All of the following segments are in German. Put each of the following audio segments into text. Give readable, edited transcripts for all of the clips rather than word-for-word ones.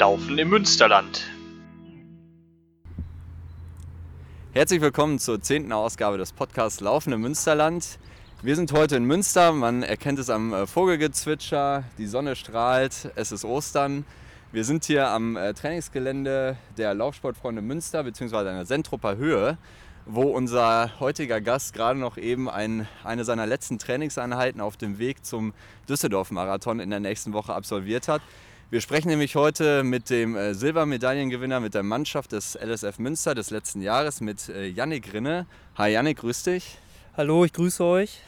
Laufen im Münsterland. Herzlich willkommen zur 10. Ausgabe des Podcasts Laufen im Münsterland. Wir sind heute in Münster, man erkennt es am Vogelgezwitscher, die Sonne strahlt, es ist Ostern. Wir sind hier am Trainingsgelände der Laufsportfreunde Münster bzw. an der Sentruper Höhe, wo unser heutiger Gast gerade noch eben eine seiner letzten Trainingseinheiten auf dem Weg zum Düsseldorf-Marathon in der nächsten Woche absolviert hat. Wir sprechen nämlich heute mit dem Silbermedaillengewinner mit der Mannschaft des LSF Münster des letzten Jahres, mit Yannick Rinne. Hi Yannick, grüß dich. Hallo, ich grüße euch.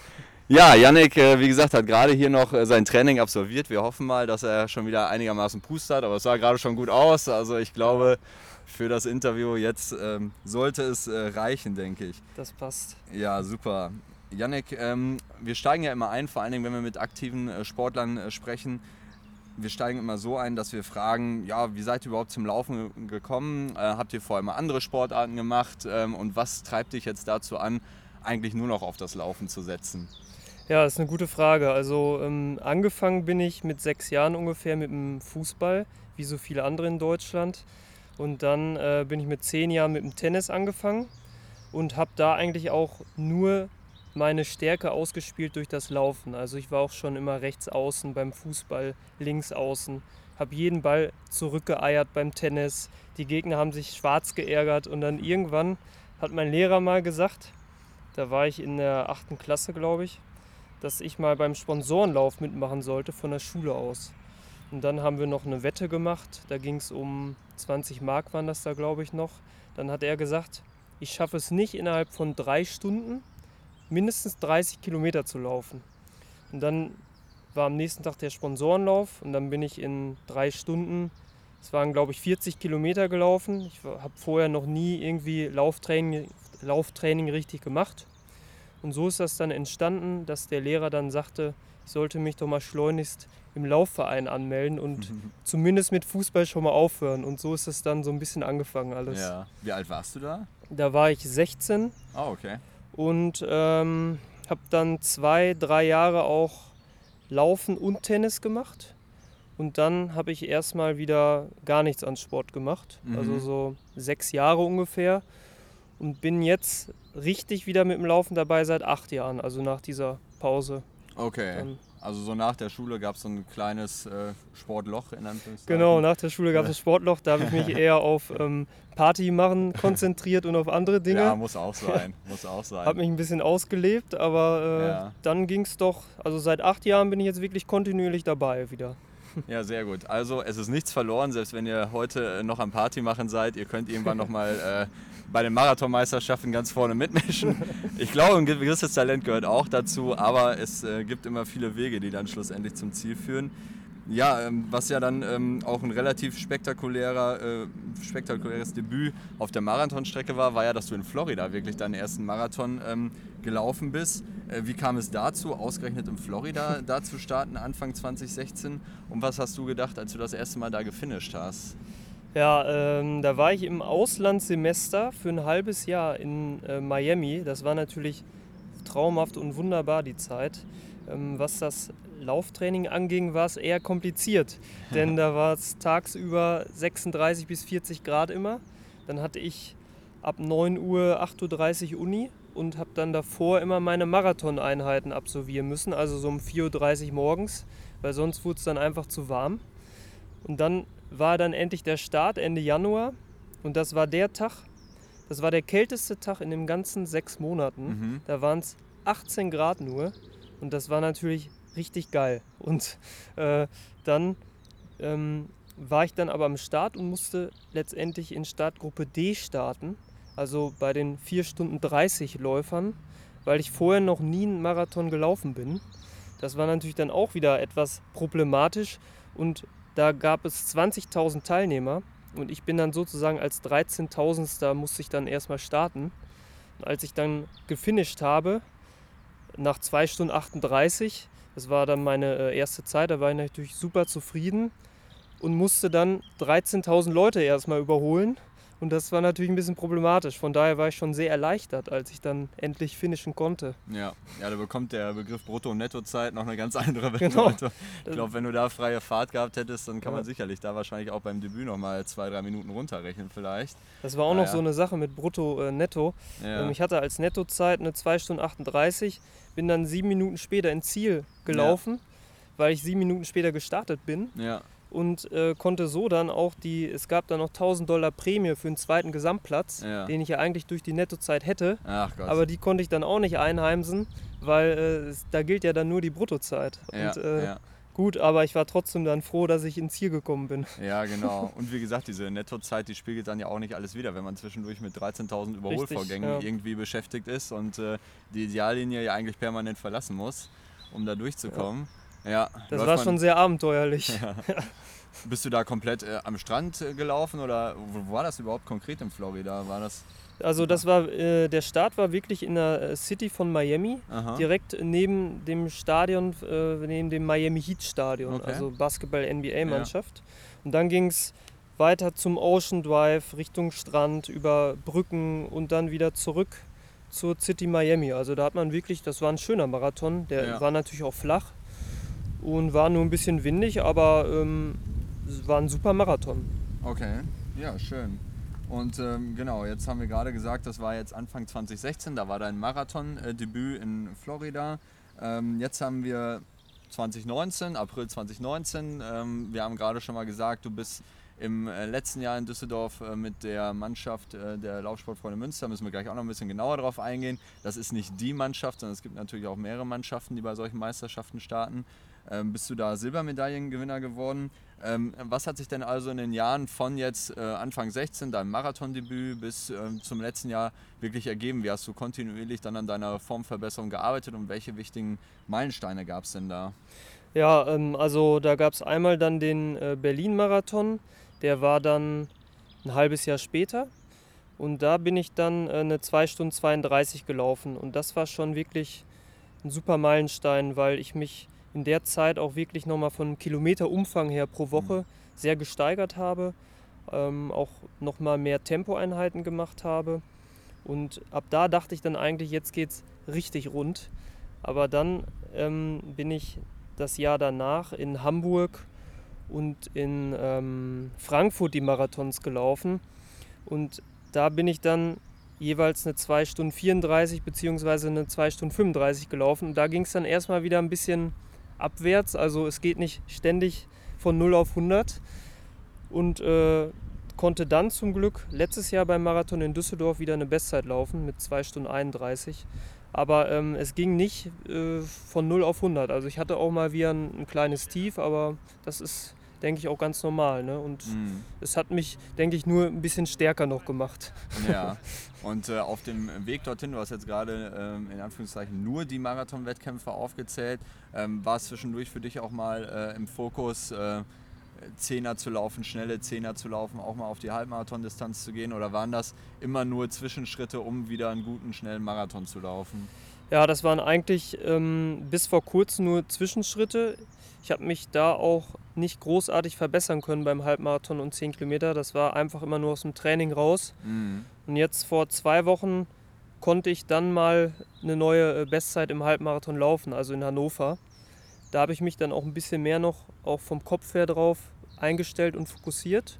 Ja, Yannick, wie gesagt, hat gerade hier noch sein Training absolviert. Wir hoffen mal, dass er schon wieder einigermaßen Pust hat, aber es sah gerade schon gut aus. Also ich glaube, für das Interview jetzt sollte es reichen, denke ich. Das passt. Ja, super. Yannick, wir steigen ja immer ein, vor allen Dingen, wenn wir mit aktiven Sportlern sprechen. Wir steigen immer so ein, dass wir fragen, ja, wie seid ihr überhaupt zum Laufen gekommen? Habt ihr vorher mal andere Sportarten gemacht? Und was treibt dich jetzt dazu an, eigentlich nur noch auf das Laufen zu setzen? Ja, das ist eine gute Frage. Also angefangen bin ich mit 6 Jahren ungefähr mit dem Fußball, wie so viele andere in Deutschland. Und dann bin ich mit 10 Jahren mit dem Tennis angefangen und habe da eigentlich auch nur meine Stärke ausgespielt durch das Laufen. Also ich war auch schon immer rechts außen beim Fußball, links außen, habe jeden Ball zurückgeeiert beim Tennis. Die Gegner haben sich schwarz geärgert und dann irgendwann hat mein Lehrer mal gesagt, da war ich in der 8. Klasse, glaube ich, dass ich mal beim Sponsorenlauf mitmachen sollte von der Schule aus. Und dann haben wir noch eine Wette gemacht, da ging es um 20 Mark waren das da, glaube ich, noch. Dann hat er gesagt, ich schaffe es nicht innerhalb von 3 Stunden mindestens 30 Kilometer zu laufen. Und dann war am nächsten Tag der Sponsorenlauf und dann bin ich in 3 Stunden, es waren glaube ich 40 Kilometer gelaufen. Ich habe vorher noch nie irgendwie Lauftraining richtig gemacht. Und so ist das dann entstanden, dass der Lehrer dann sagte, ich sollte mich doch mal schleunigst im Laufverein anmelden und zumindest mit Fußball schon mal aufhören. Und so ist es dann so ein bisschen angefangen alles. Ja. Wie alt warst du da? Da war ich 16. Ah, okay. Und habe dann 2-3 Jahre auch Laufen und Tennis gemacht. Und dann habe ich erstmal wieder gar nichts an Sport gemacht. Also so 6 Jahre ungefähr. Und bin jetzt richtig wieder mit dem Laufen dabei seit 8 Jahren, also nach dieser Pause. Okay, Dann, also so nach der Schule gab es so ein kleines Sportloch in Anführungszeichen. genau, nach der Schule gab es ein Sportloch, da habe ich mich eher auf Party machen konzentriert und auf andere Dinge. Ja, muss auch sein, muss auch sein. Habe mich ein bisschen ausgelebt, aber dann ging es doch, also seit 8 Jahren bin ich jetzt wirklich kontinuierlich dabei wieder. Ja, sehr gut. Also es ist nichts verloren, selbst wenn ihr heute noch am Party machen seid. Ihr könnt irgendwann nochmal bei den Marathonmeisterschaften ganz vorne mitmischen. Ich glaube, ein gewisses Talent gehört auch dazu, aber es gibt immer viele Wege, die dann schlussendlich zum Ziel führen. Ja, was ja dann auch ein relativ spektakuläres Debüt auf der Marathonstrecke war ja, dass du in Florida wirklich deinen ersten Marathon gelaufen bist. Wie kam es dazu, ausgerechnet in Florida da zu starten, Anfang 2016? Und was hast du gedacht, als du das erste Mal da gefinisht hast? Ja, da war ich im Auslandssemester für ein halbes Jahr in Miami. Das war natürlich traumhaft und wunderbar, die Zeit. Was das Lauftraining anging, war es eher kompliziert, denn da war es tagsüber 36 bis 40 Grad immer. Dann hatte ich ab 9 Uhr, 8.30 Uhr Uni und habe dann davor immer meine Marathoneinheiten absolvieren müssen, also so um 4.30 Uhr morgens, weil sonst wurde es dann einfach zu warm. Und dann war dann endlich der Start Ende Januar und das war der Tag, das war der kälteste Tag in den ganzen 6 Monaten. Da waren es 18 Grad nur und das war natürlich richtig geil. Und dann war ich dann aber am Start und musste letztendlich in Startgruppe D starten, also bei den 4 Stunden 30 Läufern, weil ich vorher noch nie einen Marathon gelaufen bin. Das war natürlich dann auch wieder etwas problematisch und da gab es 20.000 Teilnehmer und ich bin dann sozusagen als 13.000. musste ich dann erstmal starten. Und als ich dann gefinisht habe, nach 2 Stunden 38, das war dann meine erste Zeit, da war ich natürlich super zufrieden und musste dann 13.000 Leute erstmal überholen Und das war natürlich ein bisschen problematisch. Von daher war ich schon sehr erleichtert, als ich dann endlich finishen konnte. Ja, da bekommt der Begriff Brutto- und Nettozeit noch eine ganz andere Genau. Bedeutung. Ich glaube, wenn du da freie Fahrt gehabt hättest, dann kann man sicherlich da wahrscheinlich auch beim Debüt nochmal 2-3 Minuten runterrechnen vielleicht. Das war auch noch so eine Sache mit Brutto-Netto. Ja. Ich hatte als Nettozeit eine 2 Stunden 38, bin dann 7 Minuten später ins Ziel gelaufen, weil ich 7 Minuten später gestartet bin. Ja. Und konnte so dann auch es gab dann noch $1.000 Prämie für den zweiten Gesamtplatz, den ich ja eigentlich durch die Nettozeit hätte. Ach Gott. Aber die konnte ich dann auch nicht einheimsen, weil da gilt ja dann nur die Bruttozeit. Gut, aber ich war trotzdem dann froh, dass ich ins Ziel gekommen bin. Ja, genau. Und wie gesagt, diese Nettozeit, die spiegelt dann ja auch nicht alles wider, wenn man zwischendurch mit 13.000 Überholvorgängen irgendwie beschäftigt ist und die Ideallinie ja eigentlich permanent verlassen muss, um da durchzukommen. Ja, das war schon sehr abenteuerlich. Ja. Bist du da komplett am Strand gelaufen oder wo war das überhaupt konkret in Florida? War das? Also das war, der Start war wirklich in der City von Miami, direkt neben dem Stadion, neben dem Miami Heat Stadion, also Basketball-NBA-Mannschaft. Und dann ging es weiter zum Ocean Drive, Richtung Strand, über Brücken und dann wieder zurück zur City Miami. Also da hat man wirklich, das war ein schöner Marathon, der war natürlich auch flach und war nur ein bisschen windig, aber es war ein super Marathon. Okay, ja, schön. Und genau, jetzt haben wir gerade gesagt, das war jetzt Anfang 2016, da war dein Marathon-Debüt in Florida. Jetzt haben wir 2019, April 2019. Wir haben gerade schon mal gesagt, du bist im letzten Jahr in Düsseldorf mit der Mannschaft der Laufsportfreunde Münster, müssen wir gleich auch noch ein bisschen genauer drauf eingehen. Das ist nicht die Mannschaft, sondern es gibt natürlich auch mehrere Mannschaften, die bei solchen Meisterschaften starten. Bist du da Silbermedaillengewinner geworden. Was hat sich denn also in den Jahren von jetzt Anfang 16, deinem Marathondebüt, bis zum letzten Jahr wirklich ergeben? Wie hast du kontinuierlich dann an deiner Formverbesserung gearbeitet und welche wichtigen Meilensteine gab es denn da? Ja, also da gab es einmal dann den Berlin-Marathon, der war dann ein halbes Jahr später und da bin ich dann eine 2 Stunden 32 gelaufen und das war schon wirklich ein super Meilenstein, weil ich mich in der Zeit auch wirklich nochmal von Kilometerumfang her pro Woche sehr gesteigert habe, auch nochmal mehr Tempoeinheiten gemacht habe und ab da dachte ich dann eigentlich, jetzt geht's richtig rund, aber dann bin ich das Jahr danach in Hamburg und in Frankfurt die Marathons gelaufen und da bin ich dann jeweils eine 2 Stunden 34 bzw. eine 2 Stunden 35 gelaufen und da ging es dann erstmal wieder ein bisschen abwärts, also es geht nicht ständig von 0 auf 100 und konnte dann zum Glück letztes Jahr beim Marathon in Düsseldorf wieder eine Bestzeit laufen mit 2 Stunden 31. Aber es ging nicht von 0 auf 100. Also ich hatte auch mal wieder ein kleines Tief, aber das ist, denke ich, auch ganz normal. Ne? Und es hat mich, denke ich, nur ein bisschen stärker noch gemacht. Ja, und auf dem Weg dorthin, du hast jetzt gerade in Anführungszeichen nur die Marathon-Wettkämpfe aufgezählt, war es zwischendurch für dich auch mal im Fokus, Zehner zu laufen, schnelle Zehner zu laufen, auch mal auf die Halbmarathon-Distanz zu gehen oder waren das immer nur Zwischenschritte, um wieder einen guten, schnellen Marathon zu laufen? Ja, das waren eigentlich bis vor kurzem nur Zwischenschritte. Ich habe mich da auch nicht großartig verbessern können beim Halbmarathon und 10 Kilometer. Das war einfach immer nur aus dem Training raus. Und jetzt vor 2 Wochen konnte ich dann mal eine neue Bestzeit im Halbmarathon laufen, also in Hannover. Da habe ich mich dann auch ein bisschen mehr noch auch vom Kopf her drauf eingestellt und fokussiert.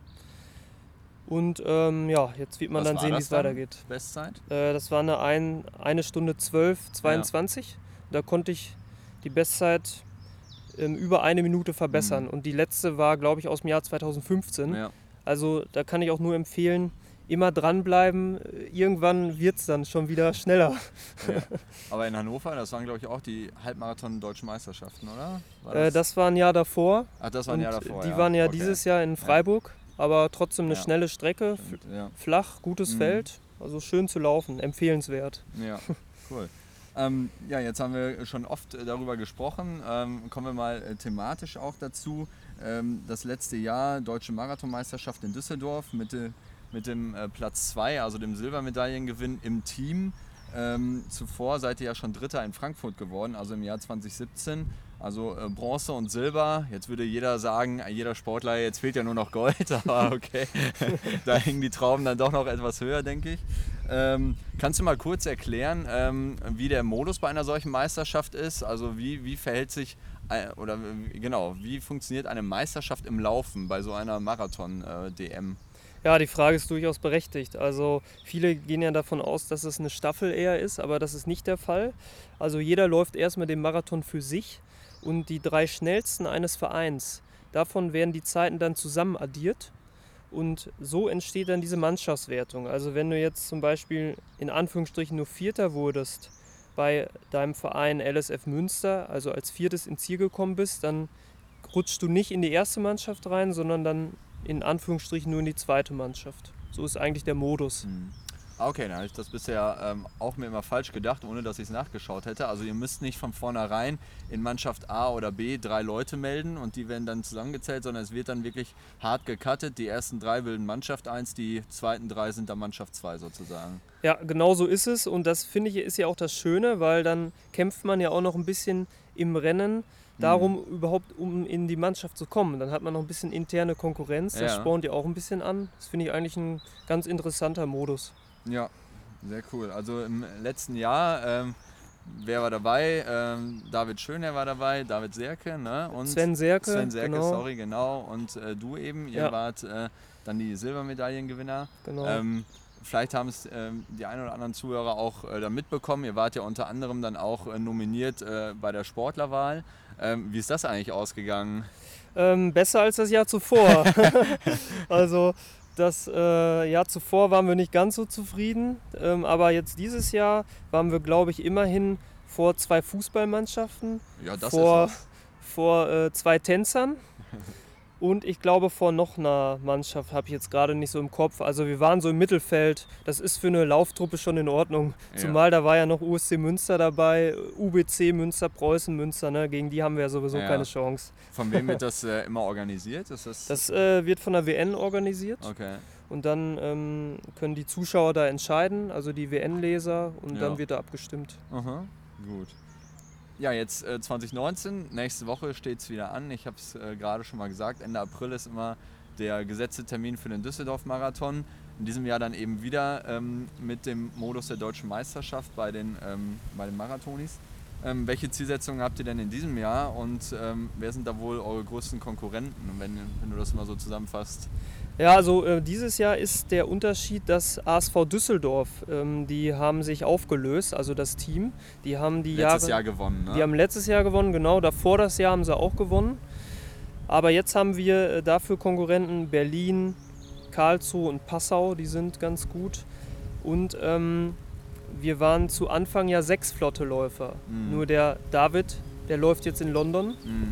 Und jetzt wird man dann sehen, wie es weitergeht. Bestzeit? Das war eine Stunde 12, 22. Ja. Da konnte ich die Bestzeit über 1 Minute verbessern. Und die letzte war, glaube ich, aus dem Jahr 2015. Ja. Also da kann ich auch nur empfehlen, immer dranbleiben, irgendwann wird es dann schon wieder schneller. Ja. Aber in Hannover, das waren glaube ich auch die Halbmarathon-Deutschen Meisterschaften, oder? Das war ein Jahr davor. Ach, das war ein Jahr davor, die waren ja dieses Jahr in Freiburg, aber trotzdem eine schnelle Strecke, flach, gutes Feld, also schön zu laufen, empfehlenswert. Ja, cool. Jetzt haben wir schon oft darüber gesprochen, kommen wir mal thematisch auch dazu. Das letzte Jahr Deutsche Marathonmeisterschaft in Düsseldorf mit dem Platz 2, also dem Silbermedaillengewinn im Team. Zuvor seid ihr ja schon Dritter in Frankfurt geworden, also im Jahr 2017. Also Bronze und Silber, jetzt würde jeder sagen, jeder Sportler, jetzt fehlt ja nur noch Gold, aber okay, da hängen die Trauben dann doch noch etwas höher, denke ich. Kannst du mal kurz erklären, wie der Modus bei einer solchen Meisterschaft ist? Also wie verhält sich, wie funktioniert eine Meisterschaft im Laufen bei so einer Marathon-DM? Ja, die Frage ist durchaus berechtigt. Also viele gehen ja davon aus, dass es eine Staffel eher ist, aber das ist nicht der Fall. Also jeder läuft erstmal den Marathon für sich und die 3 schnellsten eines Vereins, davon werden die Zeiten dann zusammen addiert und so entsteht dann diese Mannschaftswertung. Also wenn du jetzt zum Beispiel in Anführungsstrichen nur Vierter wurdest bei deinem Verein LSF Münster, also als Viertes ins Ziel gekommen bist, dann rutschst du nicht in die erste Mannschaft rein, sondern dann in Anführungsstrichen nur in die zweite Mannschaft. So ist eigentlich der Modus. Okay, dann habe ich das bisher auch mir immer falsch gedacht, ohne dass ich es nachgeschaut hätte. Also ihr müsst nicht von vornherein in Mannschaft A oder B 3 Leute melden und die werden dann zusammengezählt, sondern es wird dann wirklich hart gecuttet. Die ersten 3 bilden Mannschaft 1, die zweiten 3 sind dann Mannschaft 2 sozusagen. Ja, genau so ist es und das finde ich ist ja auch das Schöne, weil dann kämpft man ja auch noch ein bisschen im Rennen darum, überhaupt um in die Mannschaft zu kommen. Dann hat man noch ein bisschen interne Konkurrenz, das spornt ja auch ein bisschen an. Das finde ich eigentlich ein ganz interessanter Modus. Ja, sehr cool. Also im letzten Jahr, wer war dabei? David Schöner war dabei, David Serke, ne? Und Sven Serke, genau. Und du eben, ihr wart dann die Silbermedaillengewinner. Genau. Vielleicht haben es die ein oder anderen Zuhörer auch da mitbekommen. Ihr wart ja unter anderem dann auch nominiert bei der Sportlerwahl. Wie ist das eigentlich ausgegangen? Besser als das Jahr zuvor. Also das Jahr zuvor waren wir nicht ganz so zufrieden, aber jetzt dieses Jahr waren wir, glaube ich, immerhin vor 2 Fußballmannschaften, Ja, das vor ist vor 2 Tänzern und ich glaube vor noch einer Mannschaft, habe ich jetzt gerade nicht so im Kopf. Also wir waren so im Mittelfeld, das ist für eine Lauftruppe schon in Ordnung. Ja. Zumal da war ja noch USC Münster dabei, UBC Münster, Preußen Münster, ne? Gegen die haben wir ja sowieso keine Chance. Von wem wird das immer organisiert? Das wird von der WN organisiert. Okay. Und dann können die Zuschauer da entscheiden, also die WN-Leser, und dann wird da abgestimmt. Aha, gut. Ja, jetzt 2019, nächste Woche steht es wieder an. Ich habe es gerade schon mal gesagt, Ende April ist immer der gesetzte Termin für den Düsseldorf-Marathon. In diesem Jahr dann eben wieder mit dem Modus der deutschen Meisterschaft bei den Marathonis. Welche Zielsetzungen habt ihr denn in diesem Jahr und wer sind da wohl eure größten Konkurrenten, wenn du das mal so zusammenfasst? Ja, also dieses Jahr ist der Unterschied, dass ASV Düsseldorf, die haben sich aufgelöst, also das Team. Die haben letztes Jahr gewonnen, ne? Die haben letztes Jahr gewonnen, genau. Davor das Jahr haben sie auch gewonnen. Aber jetzt haben wir dafür Konkurrenten Berlin, Karlsruhe und Passau, die sind ganz gut. Und wir waren zu Anfang ja 6 Flotteläufer. Nur der David, der läuft jetzt in London.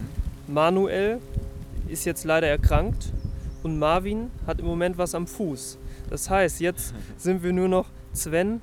Manuel ist jetzt leider erkrankt. Und Marvin hat im Moment was am Fuß. Das heißt, jetzt sind wir nur noch Sven,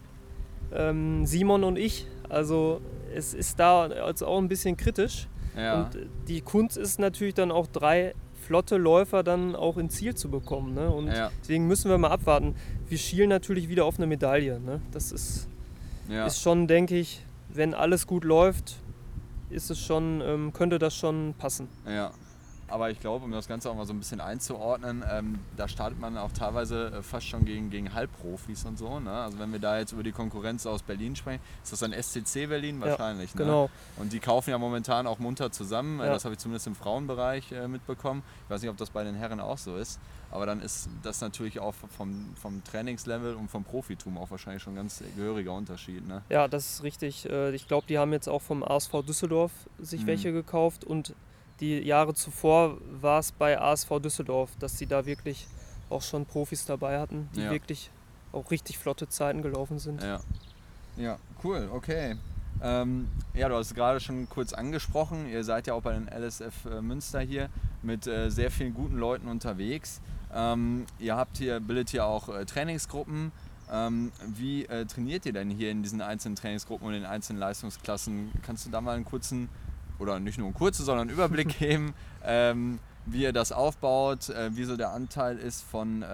Simon und ich. Also es ist da also auch ein bisschen kritisch. Ja. Und die Kunst ist natürlich dann auch 3 flotte Läufer dann auch ins Ziel zu bekommen. Ne? Und deswegen müssen wir mal abwarten. Wir schielen natürlich wieder auf eine Medaille. Ne? Das ist schon, denke ich, wenn alles gut läuft, ist es schon, könnte das schon passen. Ja. Aber ich glaube, um das Ganze auch mal so ein bisschen einzuordnen, da startet man auch teilweise fast schon gegen Halbprofis und so. Ne? Also wenn wir da jetzt über die Konkurrenz aus Berlin sprechen, ist das dann SCC Berlin wahrscheinlich. Ja, genau. Ne? Und die kaufen ja momentan auch munter zusammen. Ja. Das habe ich zumindest im Frauenbereich mitbekommen. Ich weiß nicht, ob das bei den Herren auch so ist. Aber dann ist das natürlich auch vom Trainingslevel und vom Profitum auch wahrscheinlich schon ein ganz gehöriger Unterschied. Ne? Ja, das ist richtig. Ich glaube, die haben jetzt auch vom ASV Düsseldorf sich welche gekauft und die Jahre zuvor war es bei ASV Düsseldorf, dass sie da wirklich auch schon Profis dabei hatten, die wirklich auch richtig flotte Zeiten gelaufen sind. Ja, cool, okay. Du hast es gerade schon kurz angesprochen, ihr seid ja auch bei den LSF Münster hier mit sehr vielen guten Leuten unterwegs. Ihr bildet hier auch Trainingsgruppen. Wie trainiert ihr denn hier in diesen einzelnen Trainingsgruppen und in den einzelnen Leistungsklassen? Kannst du da mal einen kurzen, oder nicht nur einen kurzen, sondern einen Überblick geben, wie ihr das aufbaut, wie so der Anteil ist von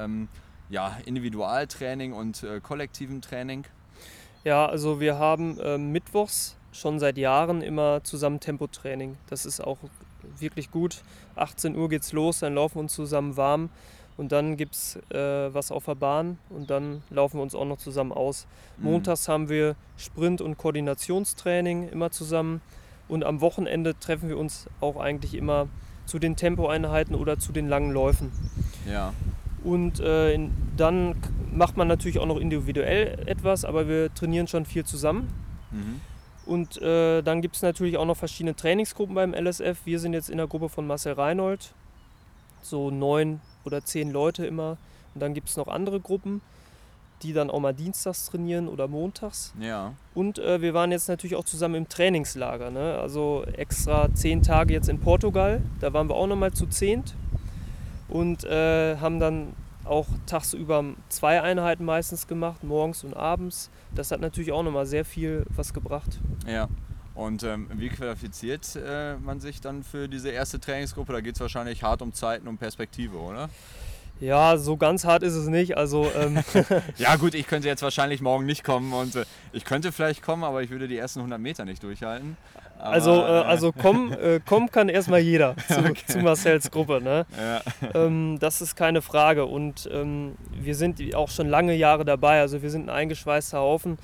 Individualtraining und kollektivem Training? Ja, also wir haben mittwochs schon seit Jahren immer zusammen Tempotraining. Das ist auch wirklich gut. 18 Uhr geht's los, dann laufen wir uns zusammen warm und dann gibt es was auf der Bahn und dann laufen wir uns auch noch zusammen aus. Montags haben wir Sprint- und Koordinationstraining immer zusammen und am Wochenende treffen wir uns auch eigentlich immer zu den Tempoeinheiten oder zu den langen Läufen. Ja. Und dann macht man natürlich auch noch individuell etwas, aber wir trainieren schon viel zusammen. Und dann gibt es natürlich auch noch verschiedene Trainingsgruppen beim LSF. Wir sind jetzt in der Gruppe von Marcel Reinhold, so 9 oder 10 Leute immer. Und dann gibt es noch andere Gruppen, die dann auch mal dienstags trainieren oder montags. Ja. Und wir waren jetzt natürlich auch zusammen im Trainingslager, ne? Also extra 10 Tage jetzt in Portugal. Da waren wir auch nochmal zu 10 und haben dann auch tagsüber 2 Einheiten meistens gemacht, morgens und abends. Das hat natürlich auch nochmal sehr viel was gebracht. Ja. Und wie qualifiziert man sich dann für diese erste Trainingsgruppe? Da geht es wahrscheinlich hart um Zeiten und Perspektive, oder? Ja, so ganz hart ist es nicht. Also, ja gut, ich könnte jetzt wahrscheinlich morgen nicht kommen und ich könnte vielleicht kommen, aber ich würde die ersten 100 Meter nicht durchhalten. Aber, also kommen kann erstmal jeder zu Marcels Gruppe. Ne? Ja. Das ist keine Frage und wir sind auch schon lange Jahre dabei. Also wir sind ein eingeschweißter Haufen.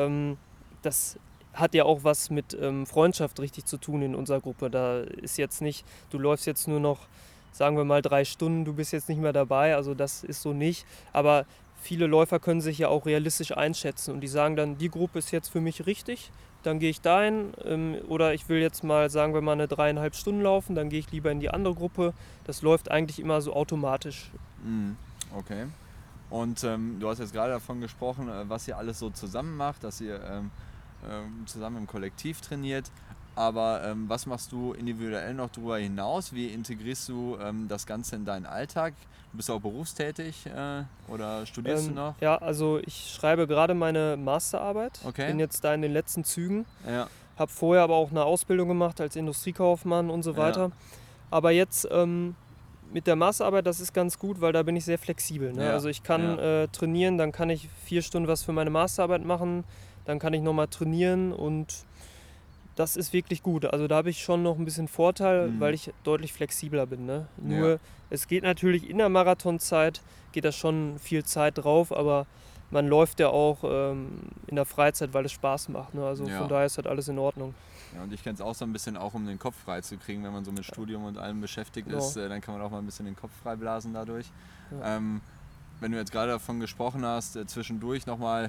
Das hat ja auch was mit Freundschaft richtig zu tun in unserer Gruppe. Da ist jetzt nicht, du läufst jetzt nur noch, sagen wir mal 3 Stunden, du bist jetzt nicht mehr dabei, also das ist so nicht. Aber viele Läufer können sich ja auch realistisch einschätzen und die sagen dann, die Gruppe ist jetzt für mich richtig, dann gehe ich dahin oder ich will jetzt mal, sagen wir mal, eine 3,5 Stunden laufen, dann gehe ich lieber in die andere Gruppe. Das läuft eigentlich immer so automatisch. Okay. Und du hast jetzt gerade davon gesprochen, was ihr alles so zusammen macht, dass ihr zusammen im Kollektiv trainiert. Aber was machst du individuell noch darüber hinaus? Wie integrierst du das Ganze in deinen Alltag? Du bist auch berufstätig oder studierst du noch? Ja, also ich schreibe gerade meine Masterarbeit. Okay. Bin jetzt da in den letzten Zügen. Ja. Habe vorher aber auch eine Ausbildung gemacht als Industriekaufmann und so weiter. Ja. Aber jetzt mit der Masterarbeit, das ist ganz gut, weil da bin ich sehr flexibel. Ne? Ja. Also ich kann trainieren, dann kann ich 4 Stunden was für meine Masterarbeit machen, dann kann ich nochmal trainieren und das ist wirklich gut. Also da habe ich schon noch ein bisschen Vorteil, weil ich deutlich flexibler bin. Ne? Nur es geht natürlich in der Marathonzeit, geht da schon viel Zeit drauf, aber man läuft ja auch in der Freizeit, weil es Spaß macht. Ne? Also von daher ist das alles in Ordnung. Ja, und ich kenne es auch so ein bisschen auch, um den Kopf frei zu kriegen, wenn man so mit Studium und allem beschäftigt ist, dann kann man auch mal ein bisschen den Kopf frei blasen dadurch. Ja. Wenn du jetzt gerade davon gesprochen hast, zwischendurch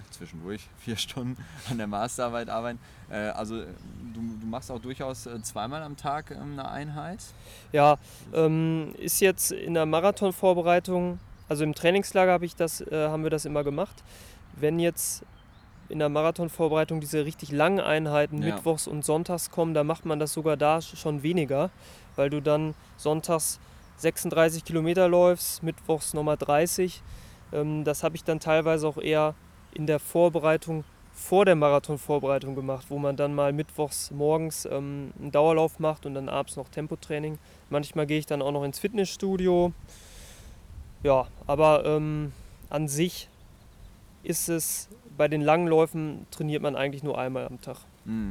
4 Stunden an der Masterarbeit arbeiten, also du machst auch durchaus 2-mal am Tag eine Einheit? Ja, ist jetzt in der Marathonvorbereitung, also im Trainingslager haben wir das immer gemacht. Wenn jetzt in der Marathonvorbereitung diese richtig langen Einheiten mittwochs und sonntags kommen, dann macht man das sogar da schon weniger, weil du dann sonntags 36 Kilometer läufst, mittwochs nochmal 30. Das habe ich dann teilweise auch eher in der Vorbereitung vor der Marathonvorbereitung gemacht, wo man dann mal mittwochs morgens einen Dauerlauf macht und dann abends noch Tempotraining. Manchmal gehe ich dann auch noch ins Fitnessstudio. Ja, aber an sich ist es, bei den langen Läufen trainiert man eigentlich nur einmal am Tag.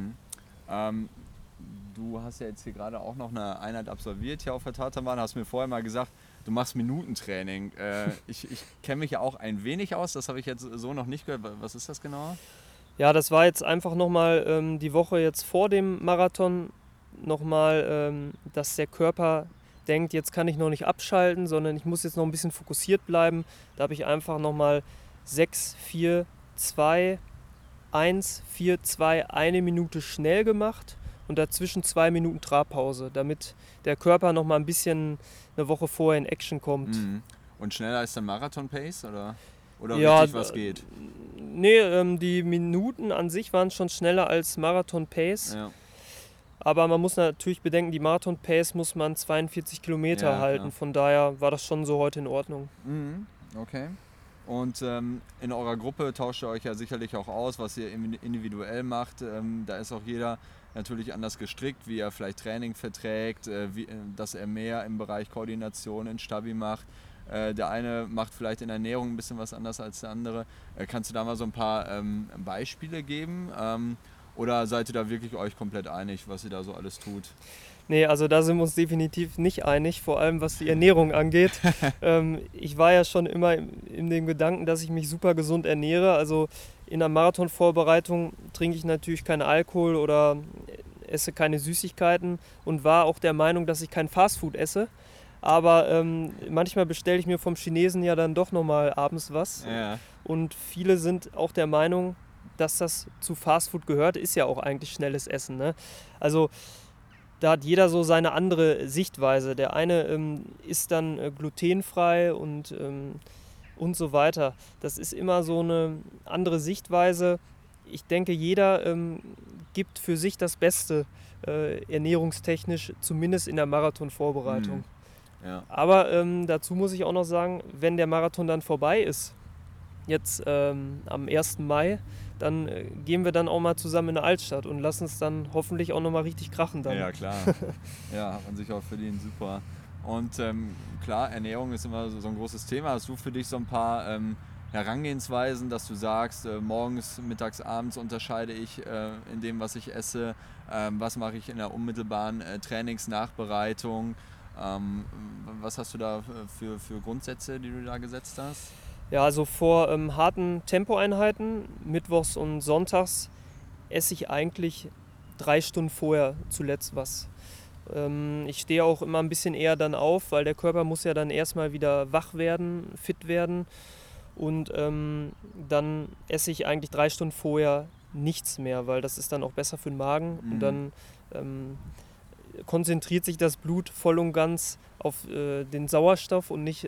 Du hast ja jetzt hier gerade auch noch eine Einheit absolviert hier auf der Tatanbahn, hast mir vorher mal gesagt, du machst Minutentraining. Ich kenne mich ja auch ein wenig aus, das habe ich jetzt so noch nicht gehört. Was ist das genau? Ja, das war jetzt einfach nochmal die Woche jetzt vor dem Marathon nochmal, dass der Körper denkt, jetzt kann ich noch nicht abschalten, sondern ich muss jetzt noch ein bisschen fokussiert bleiben. Da habe ich einfach nochmal 6, 4, 2, 1, 4, 2, 1 Minute schnell gemacht. Und dazwischen 2 Minuten Trabpause, damit der Körper noch mal ein bisschen eine Woche vorher in Action kommt. Und schneller als der Marathon-Pace oder ja, richtig was geht? Nee, die Minuten an sich waren schon schneller als Marathon-Pace. Ja. Aber man muss natürlich bedenken, die Marathon-Pace muss man 42 Kilometer halten. Klar. Von daher war das schon so heute in Ordnung. Okay. Und in eurer Gruppe tauscht ihr euch ja sicherlich auch aus, was ihr individuell macht. Da ist auch jeder natürlich anders gestrickt, wie er vielleicht Training verträgt, dass er mehr im Bereich Koordination in Stabi macht. Der eine macht vielleicht in der Ernährung ein bisschen was anders als der andere. Kannst du da mal so ein paar Beispiele geben? Oder seid ihr da wirklich euch komplett einig, was ihr da so alles tut? Nee, also da sind wir uns definitiv nicht einig, vor allem was die Ernährung angeht. Ich war ja schon immer in dem Gedanken, dass ich mich super gesund ernähre. Also in der Marathonvorbereitung trinke ich natürlich keinen Alkohol oder esse keine Süßigkeiten und war auch der Meinung, dass ich kein Fastfood esse. Aber manchmal bestelle ich mir vom Chinesen ja dann doch nochmal abends was. Ja. Und viele sind auch der Meinung, dass das zu Fastfood gehört. Ist ja auch eigentlich schnelles Essen, ne? Also da hat jeder so seine andere Sichtweise. Der eine ist dann glutenfrei und so weiter. Das ist immer so eine andere Sichtweise. Ich denke, jeder gibt für sich das Beste ernährungstechnisch, zumindest in der Marathonvorbereitung. Ja. Aber dazu muss ich auch noch sagen, wenn der Marathon dann vorbei ist, jetzt am 1. Mai, dann gehen wir dann auch mal zusammen in der Altstadt und lassen es dann hoffentlich auch nochmal richtig krachen dann. Ja, klar. Ja, hat man sich auch verdient, super. Und klar, Ernährung ist immer so ein großes Thema. Hast du für dich so ein paar Herangehensweisen, dass du sagst, morgens, mittags, abends unterscheide ich in dem, was ich esse, was mache ich in der unmittelbaren Trainingsnachbereitung? Was hast du da für Grundsätze, die du da gesetzt hast? Ja, also vor harten Tempoeinheiten, mittwochs und sonntags, esse ich eigentlich 3 Stunden vorher zuletzt was. Ich stehe auch immer ein bisschen eher dann auf, weil der Körper muss ja dann erstmal wieder wach werden, fit werden. Und dann esse ich eigentlich 3 Stunden vorher nichts mehr, weil das ist dann auch besser für den Magen. Und dann konzentriert sich das Blut voll und ganz auf den Sauerstoff und nicht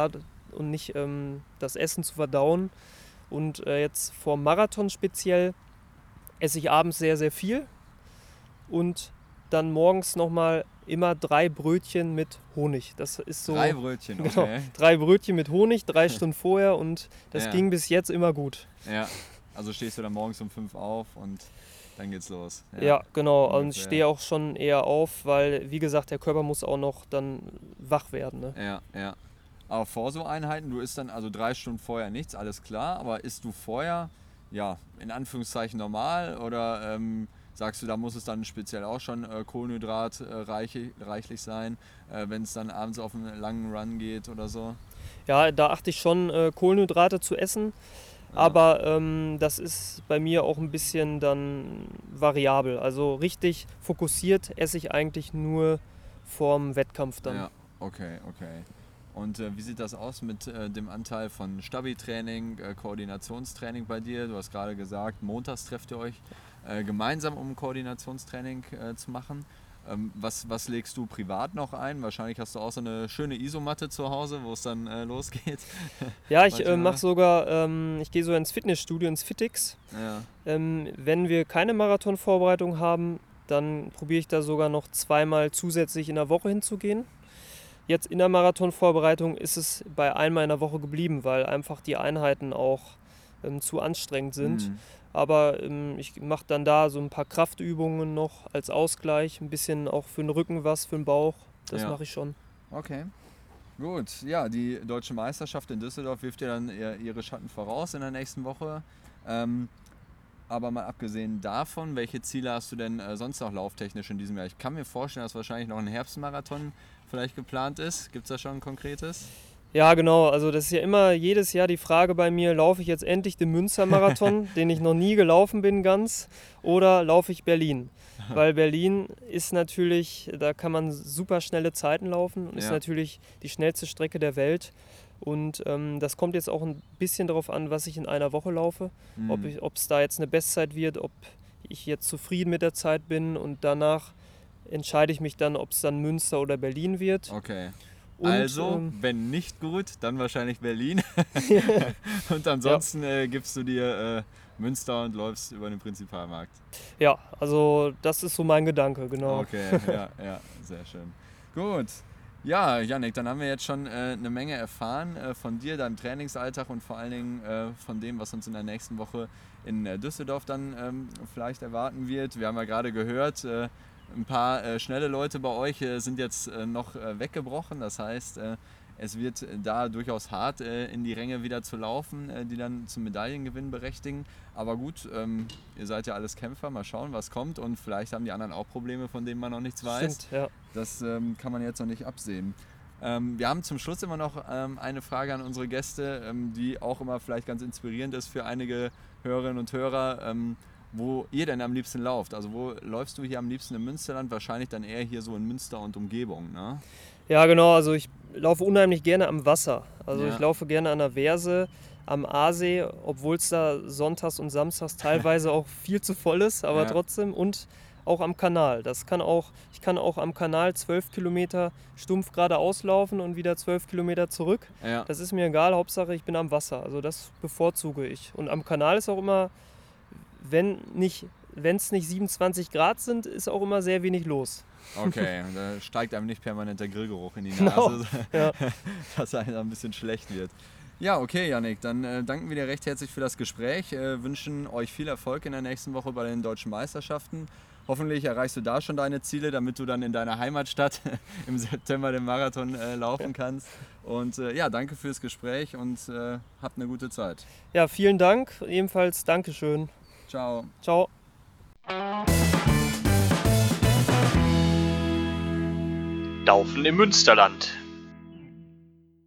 das Essen zu verdauen. Und jetzt vor dem Marathon speziell esse ich abends sehr, sehr viel und dann morgens nochmal immer 3 Brötchen mit Honig. Das ist so. 3 Brötchen, okay. Genau, 3 Brötchen mit Honig, 3 Stunden vorher und das ging bis jetzt immer gut. Ja, also stehst du dann morgens um 5 auf und dann geht's los. Ja, genau. Und ich stehe auch schon eher auf, weil, wie gesagt, der Körper muss auch noch dann wach werden. Ne? Ja. Aber vor so Einheiten, du isst dann also 3 Stunden vorher nichts, alles klar, aber isst du vorher, ja, in Anführungszeichen normal oder sagst du, da muss es dann speziell auch schon kohlenhydratreichlich sein, wenn es dann abends auf einen langen Run geht oder so? Ja, da achte ich schon, Kohlenhydrate zu essen. Ja. Aber das ist bei mir auch ein bisschen dann variabel. Also richtig fokussiert esse ich eigentlich nur vorm Wettkampf dann. Ja, okay. Und wie sieht das aus mit dem Anteil von Stabi-Training, Koordinationstraining bei dir? Du hast gerade gesagt, montags trefft ihr euch gemeinsam, um Koordinationstraining zu machen. Was legst du privat noch ein? Wahrscheinlich hast du auch so eine schöne Isomatte zu Hause, wo es dann losgeht. Ja, ich mache sogar, ich gehe so ins Fitnessstudio, ins Fitix. Ja. Wenn wir keine Marathonvorbereitung haben, dann probiere ich da sogar noch 2-mal zusätzlich in der Woche hinzugehen. Jetzt in der Marathonvorbereitung ist es bei einmal in der Woche geblieben, weil einfach die Einheiten auch zu anstrengend sind. Aber ich mache dann da so ein paar Kraftübungen noch als Ausgleich, ein bisschen auch für den Rücken was, für den Bauch. Das mache ich schon. Okay, gut. Ja, die Deutsche Meisterschaft in Düsseldorf wirft ja dann ihre Schatten voraus in der nächsten Woche. Aber mal abgesehen davon, welche Ziele hast du denn sonst noch lauftechnisch in diesem Jahr? Ich kann mir vorstellen, dass wahrscheinlich noch ein Herbstmarathon vielleicht geplant ist. Gibt es da schon ein konkretes? Ja, genau. Also das ist ja immer jedes Jahr die Frage bei mir, laufe ich jetzt endlich den Münstermarathon, den ich noch nie gelaufen bin ganz, oder laufe ich Berlin? Weil Berlin ist natürlich, da kann man super schnelle Zeiten laufen und ist natürlich die schnellste Strecke der Welt. Und das kommt jetzt auch ein bisschen darauf an, was ich in einer Woche laufe. Ob es da jetzt eine Bestzeit wird, ob ich jetzt zufrieden mit der Zeit bin und danach entscheide ich mich dann, ob es dann Münster oder Berlin wird. Okay. Und, also, wenn nicht gut, dann wahrscheinlich Berlin. Und ansonsten gibst du dir Münster und läufst über den Prinzipalmarkt. Ja, also das ist so mein Gedanke, genau. Okay, ja, sehr schön. Gut. Ja, Yannick, dann haben wir jetzt schon eine Menge erfahren von dir, deinem Trainingsalltag und vor allen Dingen von dem, was uns in der nächsten Woche in Düsseldorf dann vielleicht erwarten wird. Wir haben ja gerade gehört, ein paar schnelle Leute bei euch sind jetzt noch weggebrochen. Das heißt, Es wird da durchaus hart, in die Ränge wieder zu laufen, die dann zum Medaillengewinn berechtigen. Aber gut, ihr seid ja alles Kämpfer, mal schauen, was kommt. Und vielleicht haben die anderen auch Probleme, von denen man noch nichts weiß. Stimmt, ja. Das kann man jetzt noch nicht absehen. Wir haben zum Schluss immer noch eine Frage an unsere Gäste, die auch immer vielleicht ganz inspirierend ist für einige Hörerinnen und Hörer, wo ihr denn am liebsten lauft. Also wo läufst du hier am liebsten im Münsterland? Wahrscheinlich dann eher hier so in Münster und Umgebung, ne? Ja, genau. Also ich laufe unheimlich gerne am Wasser. Also Ja. ich laufe gerne an der Wehrse, am Aasee, obwohl es da sonntags und samstags teilweise auch viel zu voll ist, aber Ja. trotzdem. Und auch am Kanal. Ich kann auch am Kanal 12 Kilometer stumpf geradeaus laufen und wieder 12 Kilometer zurück. Ja. Das ist mir egal, Hauptsache ich bin am Wasser. Also das bevorzuge ich. Und am Kanal ist auch immer, wenn es nicht 27 Grad sind, ist auch immer sehr wenig los. Okay, und da steigt einem nicht permanent der Grillgeruch in die Genau, Nase, ja. dass einem ein bisschen schlecht wird. Ja, okay, Yannick, dann danken wir dir recht herzlich für das Gespräch, wünschen euch viel Erfolg in der nächsten Woche bei den Deutschen Meisterschaften. Hoffentlich erreichst du da schon deine Ziele, damit du dann in deiner Heimatstadt im September den Marathon laufen kannst. Und ja, danke fürs Gespräch und habt eine gute Zeit. Ja, vielen Dank. Ebenfalls Dankeschön. Ciao. Ciao. Laufen im Münsterland.